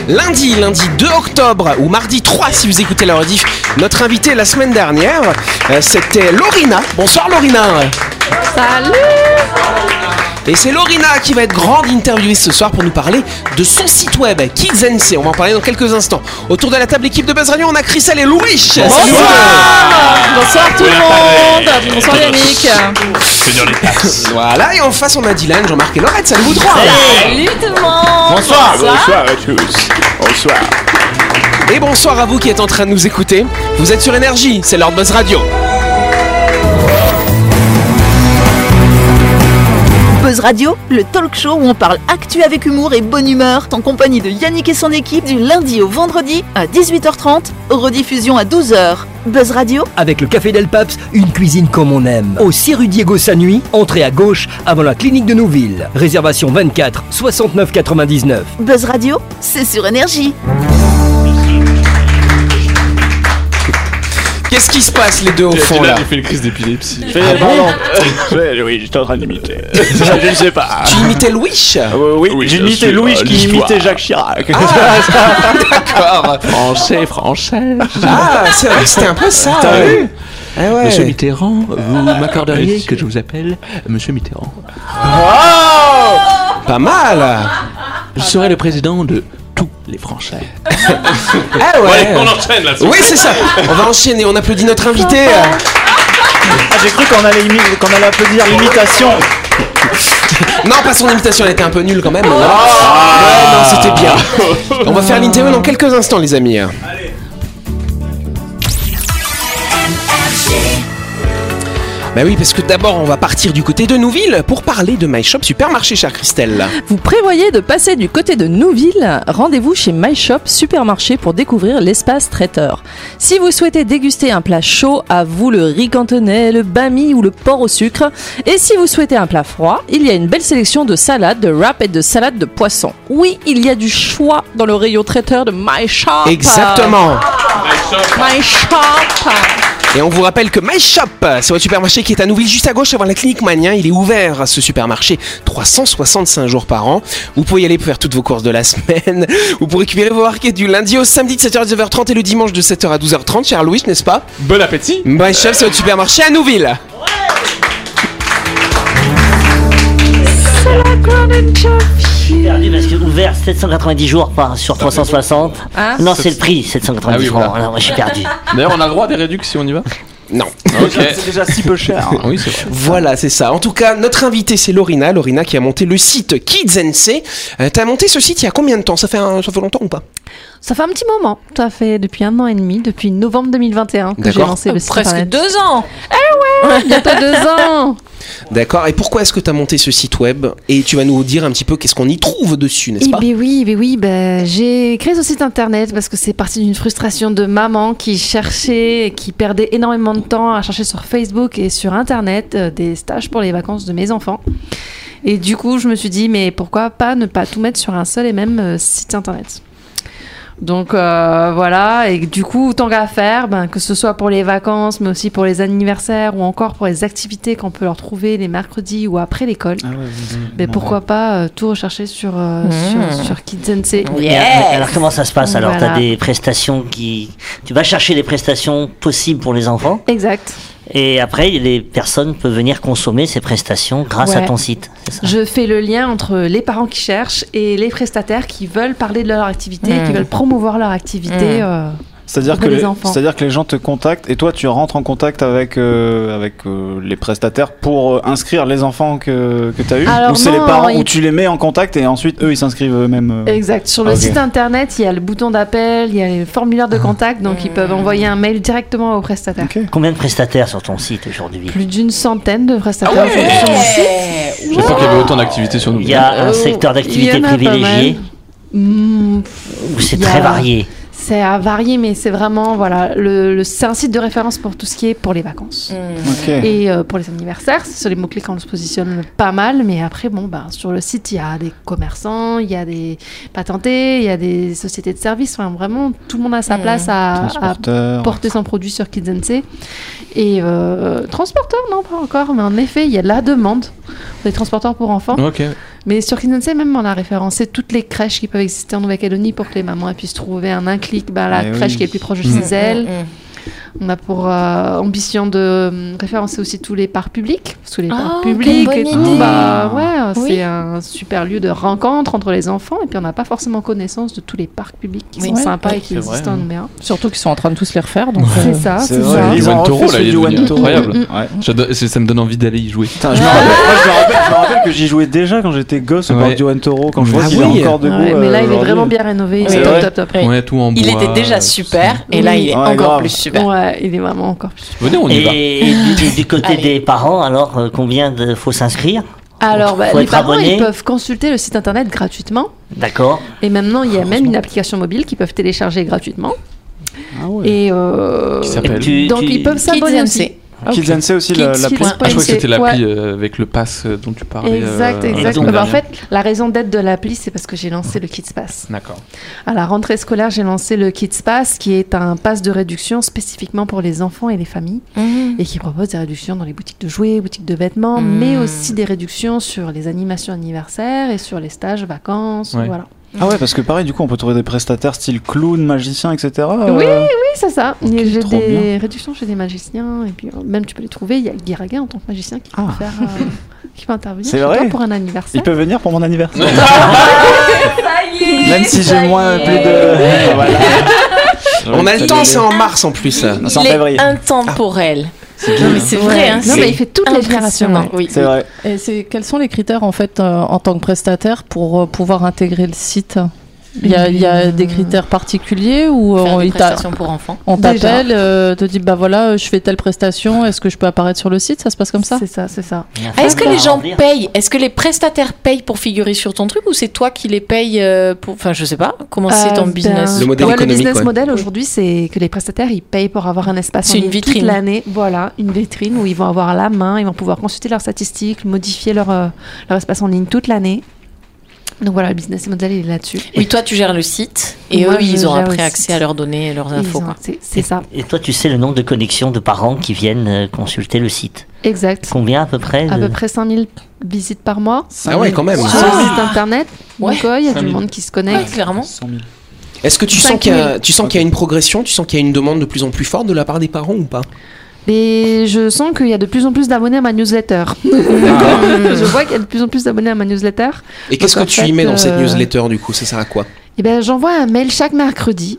lundi 2 octobre ou mardi 3 si vous écoutez la rediff. Notre invitée la semaine dernière, c'était Lorina. Bonsoir Lorina. Salut. Et c'est Lorina qui va être grande interviewiste ce soir pour nous parler de son site web Kids NC. On va en parler dans quelques instants. Autour de la table équipe de Buzz Radio, on a Christelle et Louis. Bonsoir tout le monde. Bonsoir Yannick. Voilà, et en face on a Dylan, Jean-Marc et Laurette. Salut vous trois. Salut tout le monde. Bonsoir à tous. Bonsoir. Et bonsoir à vous qui êtes en train de nous écouter. Vous êtes sur Énergie, c'est l'heure de Buzz Radio. Buzz Radio, le talk show où on parle actu avec humour et bonne humeur, en compagnie de Yannick et son équipe du lundi au vendredi à 18h30, rediffusion à 12h. Buzz Radio avec le Café Del Paps, une cuisine comme on aime. Au 6 rue Diego Sanui, entrée à gauche avant la clinique de Nouville. Réservation 24 69 99. Buzz Radio, c'est sur Énergie. Qu'est-ce qui se passe les deux au fond là? Il fait une crise d'épilepsie. Oui, j'étais en train d'imiter. Je ne sais pas. Tu imitais Louis? Oui, j'ai imité Louis qui imitait Jacques Chirac. D'accord. Français. Ah, c'est vrai que c'était un peu ça. T'as vu? Ah ouais. Monsieur Mitterrand, vous m'accorderiez que je vous appelle Monsieur Mitterrand? Pas mal. Je serai le président de tous les Français. Ah ouais. On enchaîne là. Oui, c'est ça. On va enchaîner. On applaudit notre invité. J'ai cru qu'on allait applaudir l'imitation. Non, pas son imitation, elle était un peu nulle quand même. Ouais, non, c'était bien. On va faire l'interview dans quelques instants, les amis. Bah oui, parce que d'abord, on va partir du côté de Nouville pour parler de My Shop Supermarché, chère Christelle. Vous prévoyez de passer du côté de Nouville? Rendez-vous chez My Shop Supermarché pour découvrir l'espace traiteur. Si vous souhaitez déguster un plat chaud, à vous le riz cantonais, le bami ou le porc au sucre. Et si vous souhaitez un plat froid, il y a une belle sélection de salades, de wraps et de salades de poisson. Oui, il y a du choix dans le rayon traiteur de My Shop. Exactement. My Shop. Et on vous rappelle que My Shop, c'est votre supermarché qui est à Nouville, juste à gauche avant la clinique Magnien. Il est ouvert, ce supermarché, 365 jours par an. Vous pouvez y aller pour faire toutes vos courses de la semaine. Vous pourrez récupérer vos marquets du lundi au samedi de 7h à 9h30 et le dimanche de 7h à 12h30, cher Louis, n'est-ce pas? Bon appétit. My Shop, c'est votre supermarché à Nouville. Perdu parce que ouvert 790 jours sur 360. Hein? Non, c'est le prix, 790 Ah oui, francs. voilà. Non, moi, je suis perdu. D'ailleurs, on a le droit à des réductions si on y va? Non. Ok. C'est déjà si peu cher. Oui, c'est vrai. Voilà, c'est ça. En tout cas, notre invité, c'est Lorina. Lorina qui a monté le site Kids NC. T'as monté ce site il y a combien de temps? Ça fait longtemps ou pas? Ça fait un petit moment. Ça fait depuis 1 an et demi, depuis novembre 2021 que j'ai D'accord. lancé le site Presque internet. 2 ans. Bientôt 2 ans. D'accord. Et pourquoi est-ce que tu as monté ce site web? Et tu vas nous dire un petit peu qu'est-ce qu'on y trouve dessus, n'est-ce pas? J'ai créé ce site internet parce que c'est parti d'une frustration de maman qui cherchait, qui perdait énormément de temps à chercher sur Facebook et sur internet des stages pour les vacances de mes enfants. Et du coup, je me suis dit, mais pourquoi pas ne pas tout mettre sur un seul et même site internet? Donc voilà, et du coup, tant qu'à faire, que ce soit pour les vacances, mais aussi pour les anniversaires ou encore pour les activités qu'on peut leur trouver les mercredis ou après l'école, pourquoi pas tout rechercher sur Kids NC. Alors comment ça se passe alors? Voilà. T'as des prestations tu vas chercher les prestations possibles pour les enfants Exact. et après les personnes peuvent venir consommer ces prestations grâce à ton site, c'est ça? Je fais le lien entre les parents qui cherchent et les prestataires qui veulent parler de leur activité, qui veulent promouvoir leur activité. C'est-à-dire pour les enfants. que les gens te contactent et toi tu rentres en contact avec les prestataires pour inscrire les enfants que tu as eu. Alors ou c'est non, les parents où tu les mets en contact et ensuite eux ils s'inscrivent eux-mêmes. Exact. Sur le site internet, il y a le bouton d'appel, il y a les formulaires de contact, donc ils peuvent envoyer un mail directement aux prestataires. Ok. Combien de prestataires sur ton site aujourd'hui? Plus d'une centaine de prestataires aujourd'hui sur mon site. Je savais pas qu'il y avait autant d'activités sur nous. Il y a un secteur d'activité il y en a pas privilégié ou c'est il y a- très varié? C'est à varier, mais c'est vraiment, voilà, c'est un site de référence pour tout ce qui est pour les vacances. Ok. Et pour les anniversaires, c'est sur les mots-clés qu'on se positionne pas mal, mais après, sur le site, il y a des commerçants, il y a des patentés, il y a des sociétés de services, enfin, vraiment, tout le monde a sa place à porter son produit sur Kids NC. Et transporteurs, non, pas encore, mais en effet, il y a de la demande pour les transporteurs pour enfants. Ok. Mais sur Kids&Say, même, on a référencé toutes les crèches qui peuvent exister en Nouvelle-Calédonie pour que les mamans puissent trouver en un clic la crèche qui est le plus proche de chez elles. On a pour ambition de référencer aussi tous les parcs publics. Parce que les parcs publics et tout, c'est un super lieu de rencontre entre les enfants. Et puis on n'a pas forcément connaissance de tous les parcs publics qui sont sympas et qui existent en Nouméa. Surtout qu'ils sont en train de tous les refaire. Donc c'est ça. Les Wantoro, là, il est incroyable. Ouais. Ça me donne envie d'aller y jouer. Putain, je me rappelle que j'y jouais déjà quand j'étais gosse au parc du Wantoro. Quand je vois qu'il est encore debout. Mais là, il est vraiment bien rénové. C'est top. Ouais, tout en bois. Il était déjà super et là, il est encore plus super. Ouais, il est vraiment encore plus super. Venez, on y va. Et du côté des parents, alors, combien faut s'inscrire? Alors, Faut les être parents, abonné. ils peuvent consulter le site internet gratuitement. D'accord. Et maintenant, il y a même une application mobile qu'ils peuvent télécharger gratuitement. Ah ouais. Et Qui s'appelle donc, ils peuvent s'abonner aussi. Kids&Say aussi, l'appli. Je crois que c'était l'appli avec le pass dont tu parlais. Exact. En fait, la raison d'être de l'appli, c'est parce que j'ai lancé le Kids Pass. D'accord. À la rentrée scolaire, j'ai lancé le Kids Pass, qui est un pass de réduction spécifiquement pour les enfants et les familles, et qui propose des réductions dans les boutiques de jouets, boutiques de vêtements, mais aussi des réductions sur les animations anniversaires et sur les stages, vacances, voilà. Ah ouais, parce que pareil, du coup, on peut trouver des prestataires style clown, magicien, etc. Oui, c'est ça. J'ai trop des bien. réductions chez des magiciens, et puis même tu peux les trouver. Il y a Guy Raguet en tant que magicien qui peut faire, qui peut intervenir C'est chez vrai toi pour un anniversaire. Il peut venir pour mon anniversaire. Même si j'ai moins plus de. Voilà. On a le temps, c'est en mars en plus. Là. C'est en Il est février. intemporel. Non, mais c'est vrai, hein, Non, mais il fait toutes les générations. impressionnant. Oui. C'est vrai. Et quels sont les critères en fait en tant que prestataire pour pouvoir intégrer le site? Il y a des critères particuliers ou Faire des prestations pour enfants. on t'appelle, te dit bah voilà, je fais telle prestation, est-ce que je peux apparaître sur le site? Ça se passe comme ça? C'est ça. Est-ce que les gens payent? Est-ce que les prestataires payent pour figurer sur ton truc ou c'est toi qui les payes pour... Enfin, je sais pas. Comment c'est ton business? Le modèle économique, le business model aujourd'hui, c'est que les prestataires, ils payent pour avoir un espace C'est en une ligne vitrine. toute l'année. Voilà, une vitrine où ils vont avoir la main, ils vont pouvoir consulter leurs statistiques, modifier leur espace en ligne toute l'année. Donc voilà, le business model, il est là-dessus. Oui, toi, tu gères le site et Moi, eux, ils je ont gère après le accès site. à leurs données et leurs infos. quoi. C'est ça. Et toi, tu sais le nombre de connexions de parents qui viennent consulter le site? Exact. Combien à peu près? À peu près 5000 visites par mois. Ah ouais, quand même. Sur le site internet. Ouais. Donc, il y a du 5000. monde qui se Ouais, connecte. clairement. 100 000. Est-ce que tu sens qu'il y a une progression, tu sens qu'il y a une demande de plus en plus forte de la part des parents ou pas? Et je sens qu'il y a de plus en plus d'abonnés à ma newsletter. Je vois qu'il y a de plus en plus d'abonnés à ma newsletter. Et qu'est-ce que Donc, en tu y fait, mets dans cette newsletter du coup? Ça sert à quoi? Eh ben, j'envoie un mail chaque mercredi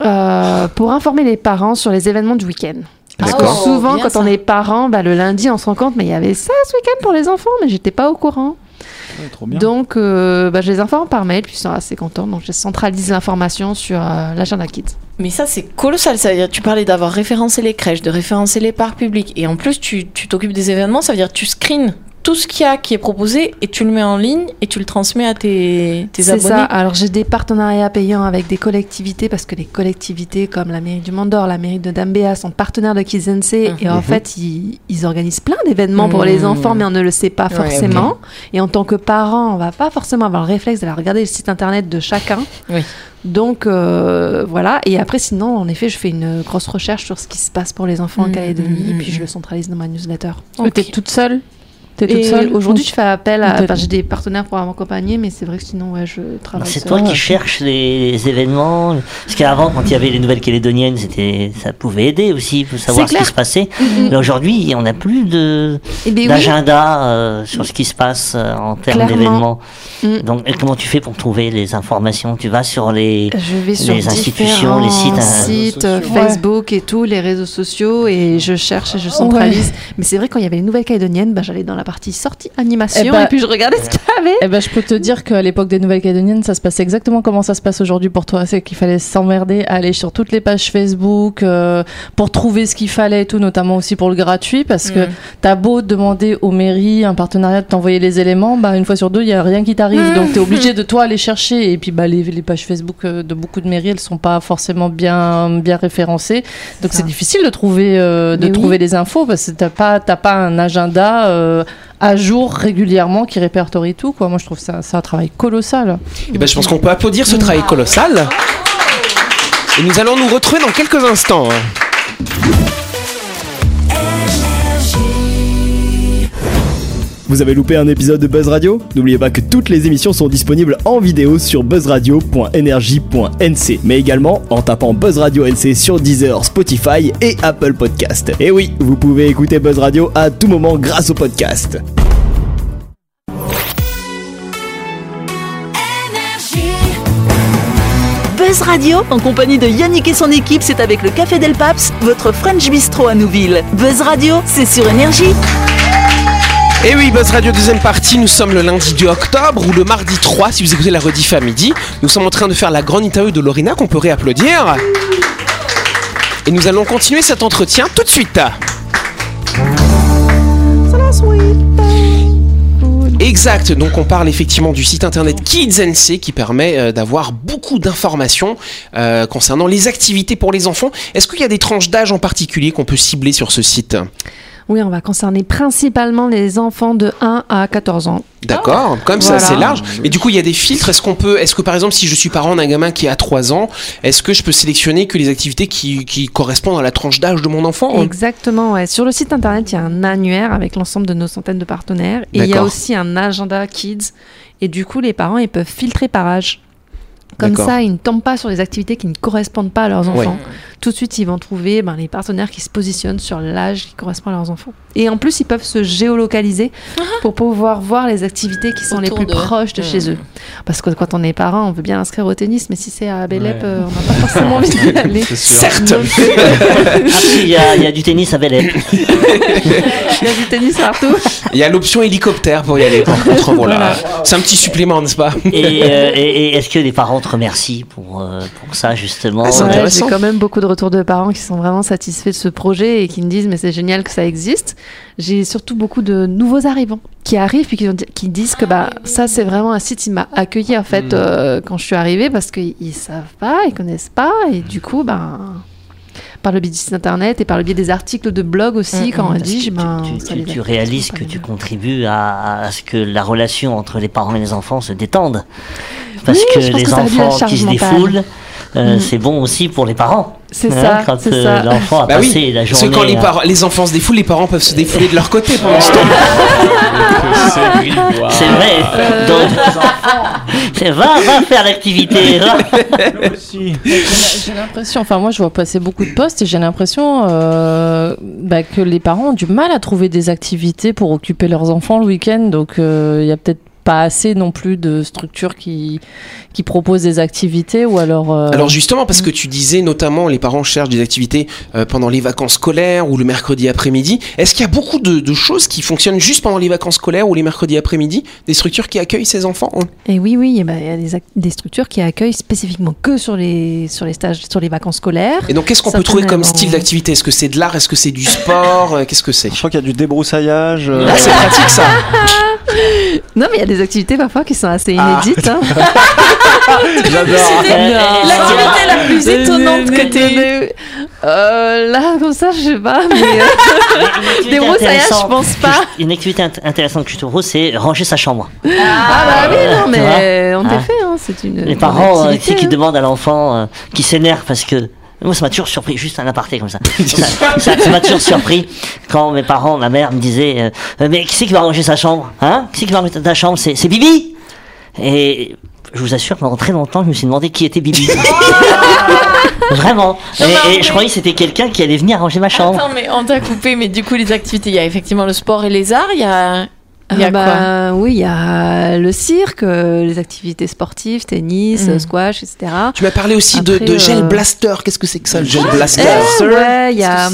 pour informer les parents sur les événements du week-end. Parce que D'accord. souvent, bien quand ça. on est parents, le lundi, on se rend compte, mais il y avait ça ce week-end pour les enfants, mais j'étais pas au courant. Ouais, trop bien. Donc, je les informe par mail, puis ils sont assez contents. Donc, je centralise l'information sur l'agenda Kids. Mais ça, c'est colossal. Ça veut dire, tu parlais d'avoir référencé les crèches, de référencer les parcs publics. Et en plus, tu t'occupes des événements. Ça veut dire que tu screens tout ce qu'il y a qui est proposé et tu le mets en ligne et tu le transmets à tes C'est abonnés. ça. Alors, j'ai des partenariats payants avec des collectivités parce que les collectivités comme la mairie du Mont-d'Or, la mairie de Dambéa sont partenaires de Kids&Say et en fait, ils organisent plein d'événements pour les enfants, mais on ne le sait pas Ouais, forcément. ok. Et en tant que parent, on va pas forcément avoir le réflexe d'aller regarder le site internet de chacun. Oui. Donc, voilà. Et après, sinon, en effet, je fais une grosse recherche sur ce qui se passe pour les enfants en Calédonie et puis je le centralise dans ma newsletter. T'es toute seule? T'es toute Et seule? aujourd'hui, je fais appel à... T'es- Enfin, j'ai des partenaires pour m'accompagner, mais c'est vrai que sinon, ouais, je travaille C'est seule. toi qui cherches les événements. Parce qu'avant, quand il y avait les nouvelles calédoniennes, ça pouvait aider aussi pour savoir C'est ce qui clair. se passait. Mais aujourd'hui, on n'a plus Eh bien, oui. d'agenda sur ce qui se passe en termes Clairement. d'événements. Mm. Donc, et comment tu fais pour trouver les informations? Tu vas sur les Je vais sur les institutions, les sites, sites réseaux sociaux. Facebook et tout, les réseaux sociaux, et je cherche et je centralise. Mais c'est vrai, quand il y avait les nouvelles calédoniennes, j'allais dans la partie sortie animation Eh ben, et puis je regardais ce qu'il y avait. Eh ben, je peux te dire qu'à l'époque des Nouvelles-Calédoniennes, ça se passait exactement comment ça se passe aujourd'hui pour toi. C'est qu'il fallait s'emmerder, aller sur toutes les pages Facebook pour trouver ce qu'il fallait et tout, notamment aussi pour le gratuit, parce que t'as beau demander aux mairies un partenariat de t'envoyer les éléments, une fois sur deux, il y a rien qui t'arrive. Donc t'es obligé de toi aller chercher. Et puis les pages Facebook de beaucoup de mairies, elles sont pas forcément bien référencées. Donc c'est difficile de trouver trouver les infos parce que t'as pas un agenda à jour régulièrement qui répertorie tout, quoi. Moi je trouve ça un travail colossal. Et ben, je pense qu'on peut applaudir ce travail colossal. Et nous allons nous retrouver dans quelques instants. Vous avez loupé un épisode de Buzz Radio ? N'oubliez pas que toutes les émissions sont disponibles en vidéo sur buzzradio.energie.nc, mais également en tapant Buzz Radio NC sur Deezer, Spotify et Apple Podcast. Et oui, vous pouvez écouter Buzz Radio à tout moment grâce au podcast. Buzz Radio, en compagnie de Yannick et son équipe, c'est avec le Café Del Paps, votre French Bistro à Nouville. Buzz Radio, c'est sur Énergie. Et oui, Buzz Radio deuxième partie, nous sommes le lundi 2 octobre ou le mardi 3 si vous écoutez la rediff à midi. Nous sommes en train de faire la grande interview de Lorena qu'on peut réapplaudir. Et nous allons continuer cet entretien tout de suite. Exact, donc on parle effectivement du site internet Kids NC qui permet d'avoir beaucoup d'informations concernant les activités pour les enfants. Est-ce qu'il y a des tranches d'âge en particulier qu'on peut cibler sur ce site ? Oui, on va concerner principalement les enfants de 1 à 14 ans. D'accord, comme ça c'est large. Mais du coup, il y a des filtres. Est-ce que par exemple, si je suis parent d'un gamin qui a 3 ans, est-ce que je peux sélectionner que les activités qui correspondent à la tranche d'âge de mon enfant ? Exactement, ouais. Sur le site internet, il y a un annuaire avec l'ensemble de nos centaines de partenaires. Et il y a aussi un agenda Kids. Et du coup, les parents, ils peuvent filtrer par âge. Comme ça, ils ne tombent pas sur les activités qui ne correspondent pas à leurs enfants. Ouais. Tout de suite, ils vont trouver les partenaires qui se positionnent sur l'âge qui correspond à leurs enfants. Et en plus, ils peuvent se géolocaliser pour pouvoir voir les activités qui sont les plus proches de chez eux. Parce que quand on est parent, on veut bien inscrire au tennis, mais si c'est à Bélep, on n'a pas forcément envie d'y aller. Certes. Il y a du tennis à Bélep. Il y a du tennis partout. Il y a l'option hélicoptère pour y aller. Par contre, voilà. C'est un petit supplément, n'est-ce pas ? Et est-ce que les parents te remercient pour ça, justement ? C'est intéressant. J'ai quand même beaucoup de retours de parents qui sont vraiment satisfaits de ce projet et qui me disent mais c'est génial que ça existe. J'ai surtout beaucoup de nouveaux arrivants qui arrivent et qui disent que ça c'est vraiment un site qui m'a accueilli en fait quand je suis arrivée parce qu'ils savent pas, ils connaissent pas et du coup par le biais du site internet et par le biais des articles de blog aussi quand on dit tu réalises que tu contribues à ce que la relation entre les parents et les enfants se détende parce que les enfants qui se défoulent c'est bon aussi pour les parents. C'est ça. Quand c'est ça. l'enfant a passé la journée. Parce que quand les enfants se défoulent, les parents peuvent se défouler de leur côté pendant ce temps. C'est vrai. Donc, va faire l'activité. J'ai l'impression, moi je vois passer beaucoup de posts et j'ai l'impression que les parents ont du mal à trouver des activités pour occuper leurs enfants le week-end. Donc il y a peut-être pas assez non plus de structures qui proposent des activités ou alors... Alors justement, parce que tu disais notamment les parents cherchent des activités pendant les vacances scolaires ou le mercredi après-midi. Est-ce qu'il y a beaucoup de choses qui fonctionnent juste pendant les vacances scolaires ou les mercredis après-midi ? Des structures qui accueillent ces enfants ? Et oui, il y a des structures qui accueillent spécifiquement que sur les stages, sur les vacances scolaires. Et donc qu'est-ce qu'on peut trouver comme style d'activité ? Est-ce que c'est de l'art ? Est-ce que c'est du sport ? Qu'est-ce que c'est ? Je crois qu'il y a du débroussaillage. Ah, c'est pratique ça. Non, mais il y a des activités parfois qui sont assez inédites. J'adore. L'activité la plus étonnante que t'aies. Là, comme ça, je sais pas. Mais débroussaillage, je pense pas. Une activité intéressante que je te propose, c'est ranger sa chambre. Oui, non, mais en effet, c'est une. Les parents qui demandent à l'enfant, qui s'énervent parce que. Moi, ça m'a toujours surpris, juste un aparté comme ça. ça m'a toujours surpris quand ma mère me disait mais qui c'est qui va ranger sa chambre ? Qui c'est qui va ranger ta chambre ? C'est Bibi ! Et je vous assure, pendant très longtemps, je me suis demandé qui était Bibi. Vraiment. Et je croyais que c'était quelqu'un qui allait venir ranger ma chambre. Attends, mais on t'a coupé, mais du coup, les activités, il y a effectivement le sport et les arts, il y a quoi ? Oui, il y a le cirque, les activités sportives, tennis, squash, etc. Tu m'as parlé aussi de gel blaster. Qu'est-ce que c'est que ça, le gel blaster ? Ouais, il y a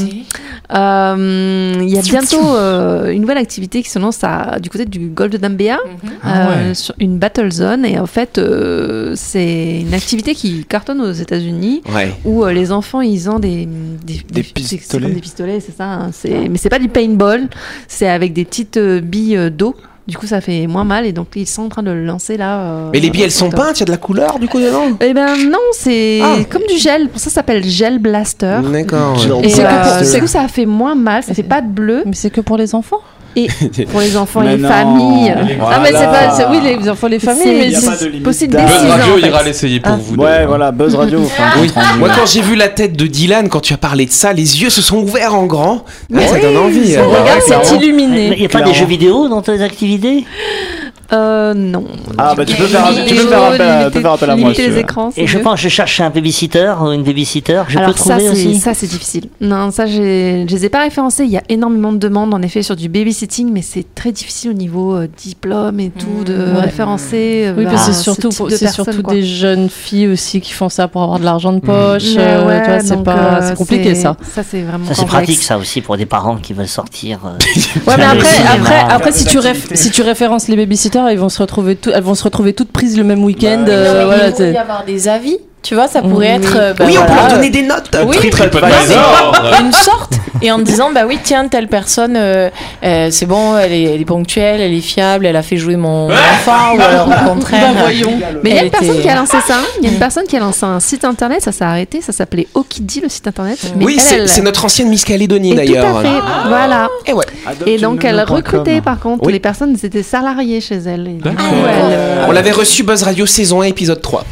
bientôt une nouvelle activité qui se lance du côté du golfe de Dambéa, sur une battle zone. Et en fait, c'est une activité qui cartonne aux États-Unis, où les enfants, ils ont des pistolets. C'est comme des pistolets, c'est ça. Mais c'est pas du paintball, c'est avec des petites billes d'eau. Du coup, ça fait moins mal et donc ils sont en train de le lancer là. Mais les billes, elles sont peintes, il y a de la couleur du coup dedans ? Eh ben non, c'est comme du gel. Pour ça s'appelle gel blaster. D'accord. Et du coup, ça fait moins mal, ça fait pas de bleu. Mais c'est que pour les enfants ? Et pour les enfants Mais et les non. familles. Ah, mais c'est pas. Oui, les enfants, les familles, C'est- mais y a pas de c'est limite possible d'âge. dès Buzz 6 ans, Radio en fait. ira l'essayer pour vous. Ouais, d'ailleurs. voilà, Buzz Radio. Enfin, Oui. compte rendu. Moi, quand j'ai vu la tête de Dylan, quand tu as parlé de ça, les yeux se sont ouverts en grand. Ça donne envie. c'est vrai. Regarde, Ouais, c'est clairement. illuminé. Il n'y a pas des Clairement. jeux vidéo dans tes activités? Non. Ah, bah tu peux faire appel à moi. Limiter si tu les veux. écrans. Et je pense que je cherche un babysitter ou une babysitter. Je peux Alors ça, trouver aussi. c'est difficile. Non, ça, je les ai pas référencés. Il y a énormément de demandes, en effet, sur du babysitting, mais c'est très difficile au niveau diplôme et tout, de Ouais. référencer. Oui, parce que ce type de c'est personnes, surtout quoi. des jeunes filles aussi qui font ça pour avoir de l'argent de poche. Mais tu ouais, vois, c'est donc, pas, c'est compliqué ça. Ça, c'est vraiment Ça c'est complexe. pratique ça aussi pour des parents qui veulent sortir. Ouais, mais aller au cinéma. après si tu références les babysitters, elles vont se retrouver toutes prises le même week-end. Il Voilà, pourrait y avoir des avis. Tu vois, ça pourrait être. Oui, on peut voilà, leur donner des notes. Oui, une sorte. Et en disant, bah oui, tiens, telle personne, c'est bon, elle est ponctuelle, elle est fiable, elle a fait jouer mon enfant, ou alors au contraire. Mais il y a elle une personne était- qui a lancé ça. Il y a une personne qui a lancé un site internet, ça s'est arrêté, ça s'appelait Okidji, le site internet. Mais Oui, c'est notre ancienne Miss Calédonie Et d'ailleurs. tout à fait, voilà. Et ouais. Et donc elle Adopte-une-nano.com. recrutait par contre, Oui. les personnes étaient salariées chez elle. Et du coup, D'accord. On l'avait reçu Buzz Radio saison 1 épisode 3.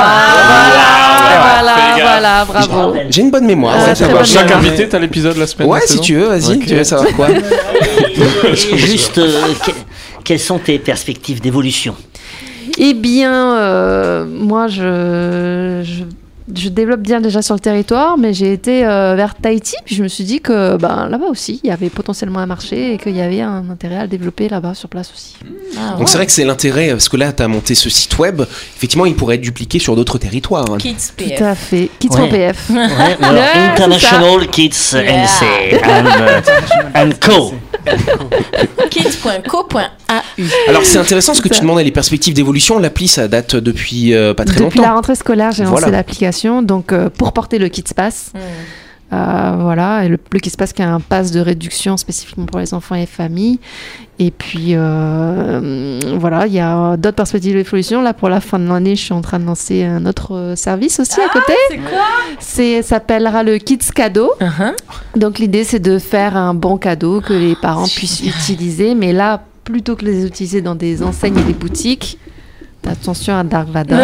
Voilà, bravo. J'ai une bonne mémoire. Ah, ouais, très ça bonne va. Chaque mémoire. invité, t'as l'épisode la semaine. Ouais, la si saison tu veux, vas-y. Ok. Tu veux savoir quoi Et juste, quelles sont tes perspectives d'évolution? Eh bien, moi, je développe bien déjà sur le territoire, mais j'ai été vers Tahiti, puis je me suis dit que là-bas aussi, il y avait potentiellement un marché et qu'il y avait un intérêt à le développer là-bas sur place aussi. Donc c'est vrai que c'est l'intérêt, parce que là, tu as monté ce site web. Effectivement, il pourrait être dupliqué sur d'autres territoires. Kids Tout PF. à fait. Kids Ouais. PF. Ouais, ou alors c'est International Kids NC and Co. Kids.co.au. Alors c'est intéressant ce que C'est tu ça. demandais, les perspectives d'évolution. L'appli, ça date depuis pas très Depuis longtemps. la rentrée scolaire, j'ai lancé Voilà. l'application donc pour porter le Kids Pass. Voilà, et le Kids Pass qui a un pass de réduction spécifiquement pour les enfants et les familles. Et puis voilà, il y a d'autres perspectives d'évolution. Là, pour la fin de l'année, je suis en train de lancer un autre service aussi à côté. C'est quoi? Ça s'appellera le Kids Cadeau. Donc l'idée, c'est de faire un bon cadeau que les parents puissent utiliser. Mais là, plutôt que de les utiliser dans des enseignes et des boutiques, attention à Dark Vador.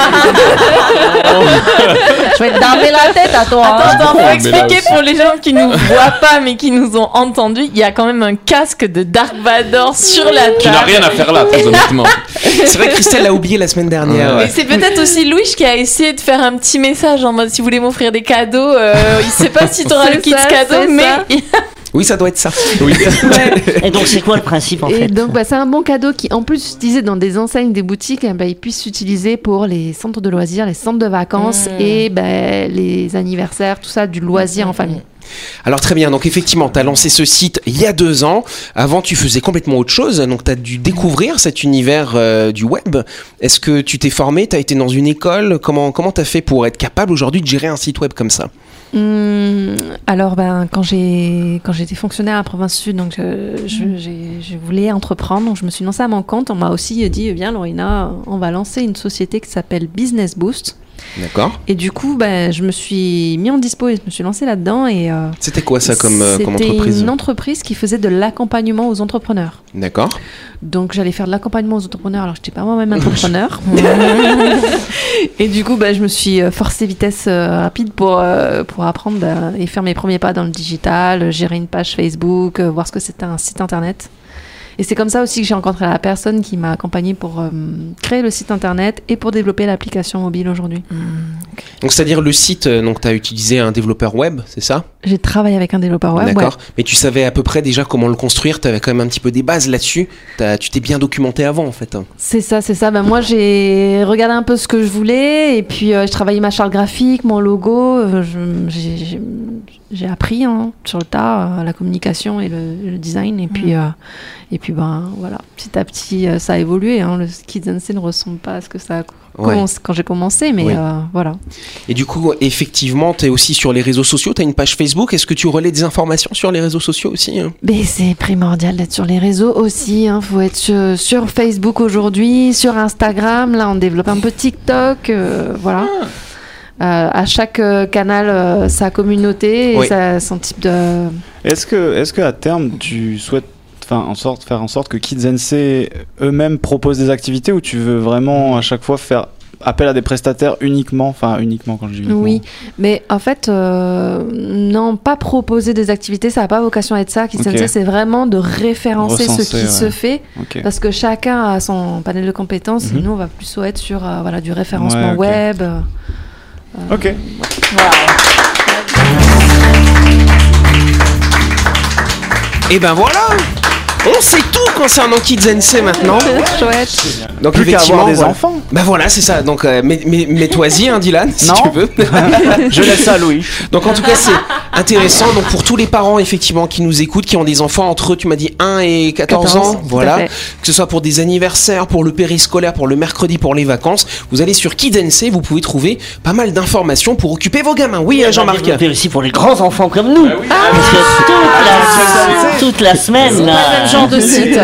Je vais te damer la tête à toi. Attends, mais faut là expliquer aussi. pour les gens qui nous voient pas mais qui nous ont entendus. Il y a quand même un casque de Dark Vador sur la Tu n'as table. rien à faire là, très honnêtement. C'est vrai que Christelle l'a oublié la semaine dernière. Mais c'est peut-être aussi Louis qui a essayé de faire un petit message en mode si vous voulez m'offrir des cadeaux, il sait pas si tu auras le C'est kit ça, cadeau, c'est mais ça. Oui, ça doit être ça. Oui. Et donc c'est quoi le principe en Et fait? donc, c'est un bon cadeau qui, en plus utilisé dans des enseignes, des boutiques, il puisse s'utiliser pour les centres de loisirs, les centres de vacances et les anniversaires, tout ça, du loisir en famille. Alors très bien, donc effectivement, tu as lancé ce site il y a 2 ans. Avant, tu faisais complètement autre chose, donc tu as dû découvrir cet univers du web. Est-ce que tu t'es formé, tu as été dans une école? Comment tu as fait pour être capable aujourd'hui de gérer un site web comme ça? Alors, quand j'étais fonctionnaire à la province sud, donc je voulais entreprendre, donc je me suis lancée à mon compte. On m'a aussi dit, viens Lorena, on va lancer une société qui s'appelle Business Boost. D'accord. Et du coup, je me suis mis en dispo et je me suis lancée là-dedans. Et C'était quoi ça comme entreprise? C'était une entreprise qui faisait de l'accompagnement aux entrepreneurs. D'accord. Donc j'allais faire de l'accompagnement aux entrepreneurs, alors je n'étais pas moi-même entrepreneur. Et du coup, je me suis forcée vitesse rapide pour apprendre et faire mes premiers pas dans le digital, gérer une page Facebook, voir ce que c'était un site internet. Et c'est comme ça aussi que j'ai rencontré la personne qui m'a accompagnée pour créer le site internet et pour développer l'application mobile aujourd'hui. Donc c'est-à-dire le site, donc tu as utilisé un développeur web, c'est ça? J'ai travaillé avec un développeur web. D'accord. Ouais. Mais tu savais à peu près déjà comment le construire, tu avais quand même un petit peu des bases là-dessus. Tu t'es bien documenté avant en fait. C'est ça. Moi, j'ai regardé un peu ce que je voulais et puis je travaillais ma charte graphique, mon logo. J'ai appris sur le tas la communication et le design. Et puis, voilà, petit à petit, ça a évolué. Le Kids NC ne ressemble pas à ce que ça a quand j'ai commencé, mais Oui. voilà. Et du coup, effectivement, tu es aussi sur les réseaux sociaux, tu as une page Facebook. Est-ce que tu relais des informations sur les réseaux sociaux aussi? Mais c'est primordial d'être sur les réseaux aussi. Faut être sur Facebook aujourd'hui, sur Instagram. Là, on développe un peu TikTok. Voilà. À chaque canal, sa communauté et Oui. son type de... Est-ce que à terme, tu souhaites faire en sorte que Kids NC eux-mêmes proposent des activités, ou tu veux vraiment à chaque fois faire appel à des prestataires uniquement quand je dis uniquement. Oui, mais en fait, non, pas proposer des activités, ça n'a pas vocation à être ça. Kids NC, c'est vraiment de référencer ce qui se fait, parce que chacun a son panel de compétences, et nous, on va plutôt être sur du référencement web. Ok. Et ben voilà, on sait tout concernant Kids NC maintenant. Chouette. Donc plus qu'à avoir des enfants. Ben voilà, c'est ça. Donc mets-toi-y, Dylan, si non. tu veux. Je laisse ça à Louis. Donc en tout cas, c'est intéressant. Donc pour tous les parents effectivement qui nous écoutent, qui ont des enfants entre, tu m'as dit 1 et 14 ans, voilà. Que ce soit pour des anniversaires, pour le périscolaire, pour le mercredi, pour les vacances, vous allez sur Kids NC, vous pouvez trouver pas mal d'informations pour occuper vos gamins. Oui, Jean-Marc. Et aussi pour les grands enfants comme nous. Bah oui. Parce que toute la semaine, là. C'est le même genre de site.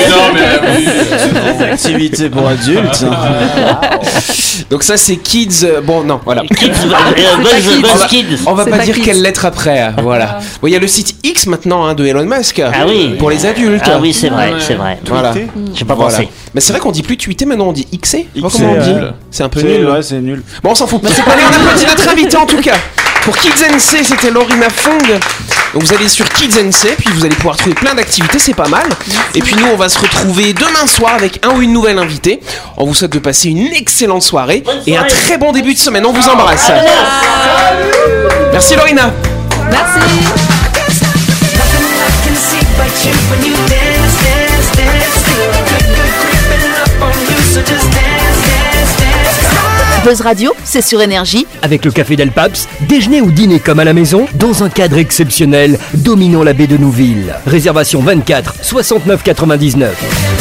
Des activités pour adultes. Donc ça c'est Kids. Bon non, voilà. Kids, Buzz Kids. On va pas dire quelle lettre après. Voilà. Bon, il y a le site X maintenant de Elon Musk. Ah oui. Pour les adultes. Ah oui, c'est vrai, c'est vrai. Voilà. J'ai pas pensé. Mais c'est vrai qu'on dit plus tweeter, maintenant on dit Xer. Comment on dit C'est un peu nul. Ouais, c'est nul. Bon, on s'en fout. Allez, on applaudit notre invité en tout cas. Pour Kids NC, c'était Lorina Fong. Donc vous allez sur Kids NC, puis vous allez pouvoir trouver plein d'activités, c'est pas mal. Et puis nous, on va se retrouver demain soir avec un ou une nouvelle invitée. On vous souhaite de passer une excellente soirée et un très bon début de semaine. On vous embrasse. Merci Lorina. Merci. Buzz Radio, c'est sur Énergie. Avec le Café Del Paps, déjeuner ou dîner comme à la maison, dans un cadre exceptionnel, dominant la baie de Nouville. Réservation 24 69 99.